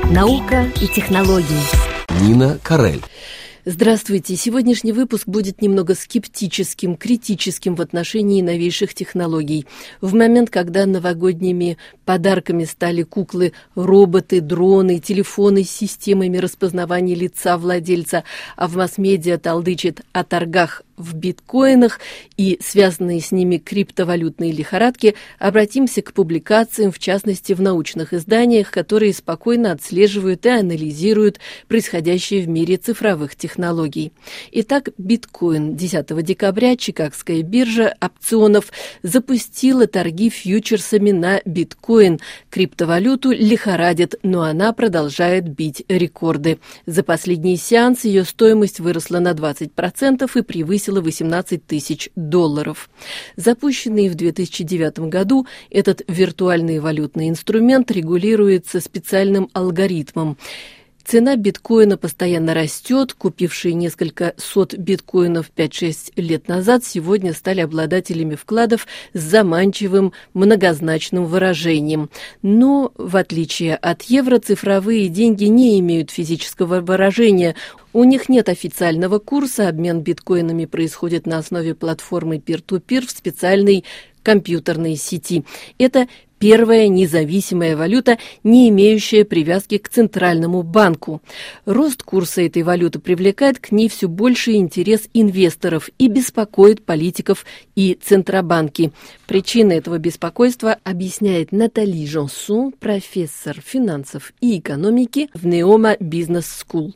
Наука и технологии. Нина Карель. Здравствуйте. Сегодняшний выпуск будет немного скептическим, критическим в отношении новейших технологий. В момент, когда новогодними подарками стали куклы, роботы, дроны, телефоны с системами распознавания лица владельца, а в масс-медиа толдычит о торгах в биткоинах и связанные с ними криптовалютные лихорадки, обратимся к публикациям, в частности в научных изданиях, которые спокойно отслеживают и анализируют происходящее в мире цифровых технологий. Итак, биткоин. 10 декабря Чикагская биржа опционов запустила торги фьючерсами на биткоин. Криптовалюту лихорадит, но она продолжает бить рекорды. За последний сеанс ее стоимость выросла на 20% и превысила $18 тысяч. Запущенный в 2009 году, этот виртуальный валютный инструмент регулируется специальным алгоритмом. Цена биткоина постоянно растет. Купившие несколько сот биткоинов 5-6 лет назад сегодня стали обладателями вкладов с заманчивым многозначным выражением. Но, в отличие от евро, цифровые деньги не имеют физического выражения. У них нет официального курса, обмен биткоинами происходит на основе платформы peer-to-peer в специальной компьютерной сети. Это первая независимая валюта, не имеющая привязки к центральному банку. Рост курса этой валюты привлекает к ней все больший интерес инвесторов и беспокоит политиков и центробанки. Причины этого беспокойства объясняет Натали Janson, профессор финансов и экономики в Neoma Business School.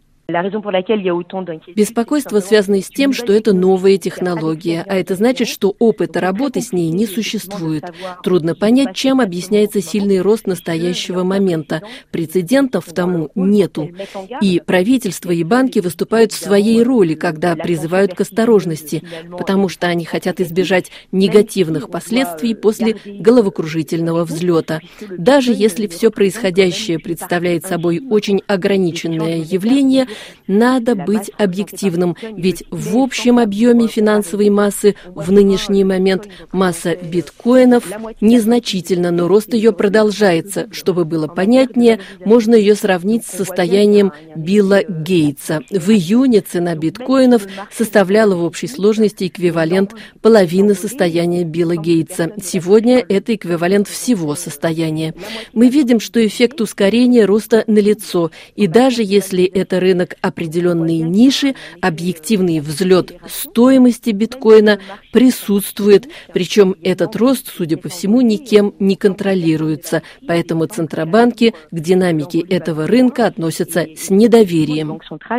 Беспокойство связано с тем, что это новая технология, а это значит, что опыта работы с ней не существует. Трудно понять, чем объясняется сильный рост настоящего момента. Прецедентов тому нету. И правительство, и банки выступают в своей роли, когда призывают к осторожности, потому что они хотят избежать негативных последствий после головокружительного взлета. Даже если все происходящее представляет собой очень ограниченное явление, надо быть объективным, ведь в общем объеме финансовой массы в нынешний момент масса биткоинов незначительна, но рост ее продолжается. Чтобы было понятнее, можно ее сравнить с состоянием Билла Гейтса. В июне цена биткоинов составляла в общей сложности эквивалент половины состояния Билла Гейтса. Сегодня это эквивалент всего состояния. Мы видим, что эффект ускорения роста налицо, и даже если это рынок определенные ниши, объективный взлет стоимости биткоина присутствует, причем этот рост, судя по всему, никем не контролируется, поэтому центробанки к динамике этого рынка относятся с недоверием.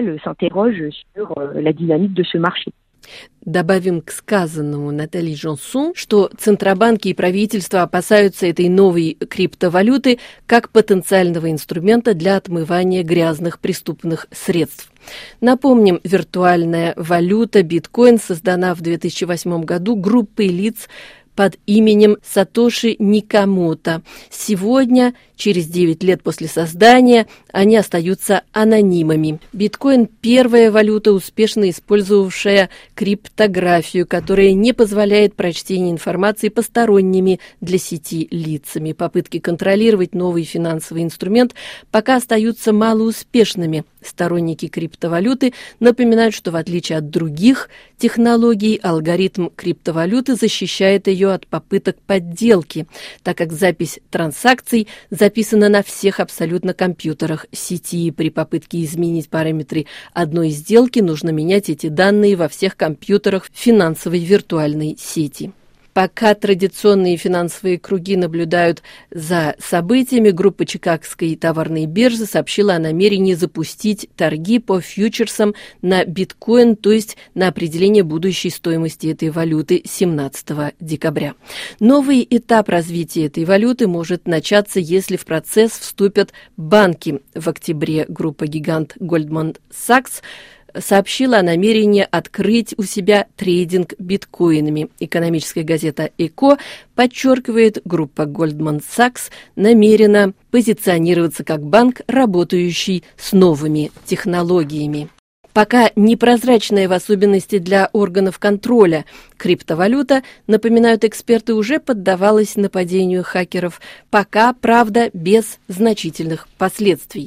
Добавим к сказанному Натали Janson, что центробанки и правительства опасаются этой новой криптовалюты как потенциального инструмента для отмывания грязных преступных средств. Напомним, виртуальная валюта биткоин создана в 2008 году группой лиц под именем Сатоши Накамото. Сегодня, через 9 лет после создания, они остаются анонимами. Биткоин – первая валюта, успешно использовавшая криптографию, которая не позволяет прочтения информации посторонними для сети лицами. Попытки контролировать новый финансовый инструмент пока остаются малоуспешными. Сторонники криптовалюты напоминают, что в отличие от других технологий, алгоритм криптовалюты защищает ее от попыток подделки, так как запись транзакций записана на всех абсолютно компьютерах сети. При попытке изменить параметры одной сделки нужно менять эти данные во всех компьютерах финансовой виртуальной сети. Пока традиционные финансовые круги наблюдают за событиями, группа Чикагской товарной биржи сообщила о намерении запустить торги по фьючерсам на биткоин, то есть на определение будущей стоимости этой валюты 17 декабря. Новый этап развития этой валюты может начаться, если в процесс вступят банки. В октябре группа «Гигант» Goldman Sachs сообщила о намерении открыть у себя трейдинг биткоинами. Экономическая газета «Эко» подчеркивает, группа Goldman Sachs намерена позиционироваться как банк, работающий с новыми технологиями. Пока непрозрачная, в особенности для органов контроля, криптовалюта, напоминают эксперты, уже поддавалась нападению хакеров. Пока, правда, без значительных последствий.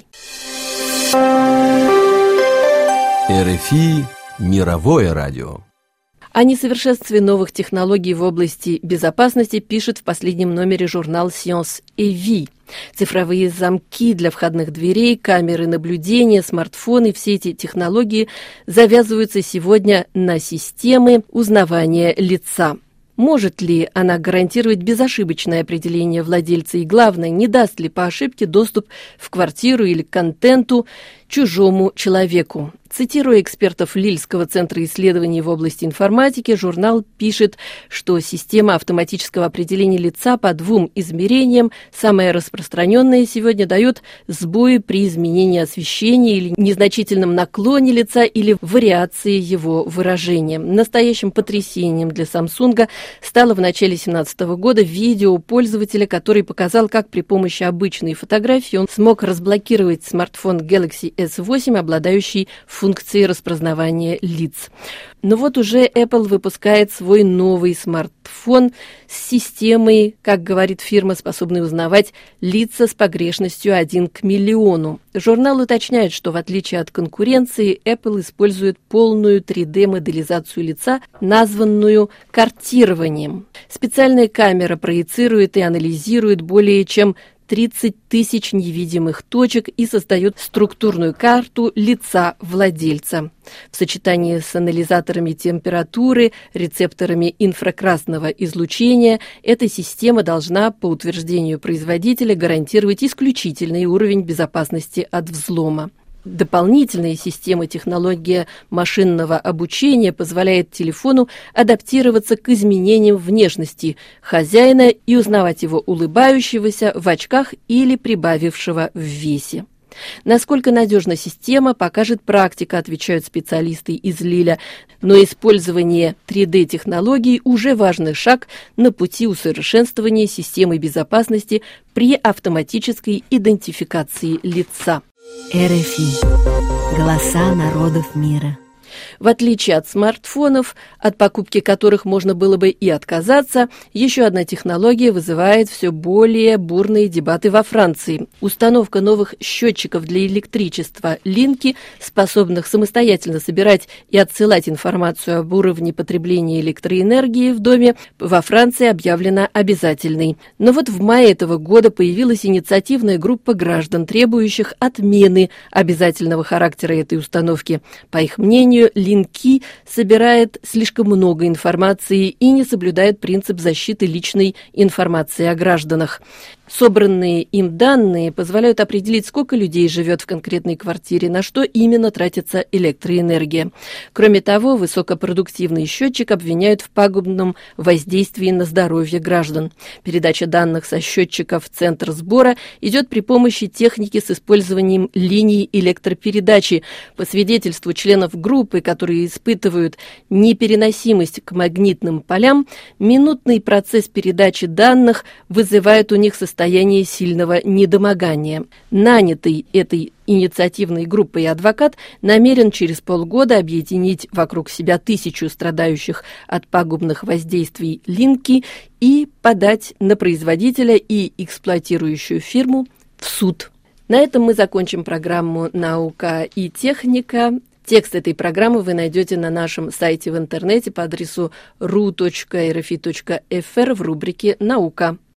РФИ «Мировое радио». О несовершенстве новых технологий в области безопасности пишет в последнем номере журнал Science et Vie. Цифровые замки для входных дверей, камеры наблюдения, смартфоны – все эти технологии завязываются сегодня на системы узнавания лица. Может ли она гарантировать безошибочное определение владельца и, главное, не даст ли по ошибке доступ в квартиру или к контенту чужому человеку? Цитируя экспертов Лильского центра исследований в области информатики, журнал пишет, что система автоматического определения лица по двум измерениям, самая распространенная сегодня, дает сбои при изменении освещения или незначительном наклоне лица или вариации его выражения. Настоящим потрясением для Samsung стало в начале 2017 года видео пользователя, который показал, как при помощи обычной фотографии он смог разблокировать смартфон Galaxy S8, обладающий функцией распознавания лиц. Но вот уже Apple выпускает свой новый смартфон с системой, как говорит фирма, способной узнавать лица с погрешностью 1 к миллиону. Журнал уточняет, что в отличие от конкуренции, Apple использует полную 3D-моделизацию лица, названную картированием. Специальная камера проецирует и анализирует более чем 30 тысяч невидимых точек и создает структурную карту лица владельца. В сочетании с анализаторами температуры, рецепторами инфракрасного излучения эта система должна, по утверждению производителя, гарантировать исключительный уровень безопасности от взлома. Дополнительная система технология машинного обучения позволяет телефону адаптироваться к изменениям внешности хозяина и узнавать его улыбающегося, в очках или прибавившего в весе. Насколько надежна система, покажет практика, отвечают специалисты из Лиля. Но использование 3D-технологий уже важный шаг на пути усовершенствования системы безопасности при автоматической идентификации лица. РФИ. Голоса народов мира. В отличие от смартфонов, от покупки которых можно было бы и отказаться, еще одна технология вызывает все более бурные дебаты во Франции. Установка новых счетчиков для электричества Линки, способных самостоятельно собирать и отсылать информацию об уровне потребления электроэнергии в доме, во Франции объявлена обязательной. Но вот в мае этого года появилась инициативная группа граждан, требующих отмены обязательного характера этой установки. По их мнению, Линки собирает слишком много информации и не соблюдает принцип защиты личной информации о гражданах. Собранные им данные позволяют определить, сколько людей живет в конкретной квартире, на что именно тратится электроэнергия. Кроме того, высокопродуктивный счетчик обвиняют в пагубном воздействии на здоровье граждан. Передача данных со счетчика в центр сбора идет при помощи техники с использованием линий электропередачи. По свидетельству членов группы, которые испытывают непереносимость к магнитным полям, минутный процесс передачи данных вызывает у них состояние сильного недомогания. Нанятый этой инициативной группой адвокат намерен через полгода объединить вокруг себя 1000 страдающих от пагубных воздействий Линки и подать на производителя и эксплуатирующую фирму в суд. На этом мы закончим программу «Наука и техника». Текст этой программы вы найдете на нашем сайте в интернете по адресу ru.rfi.fr в рубрике «Наука».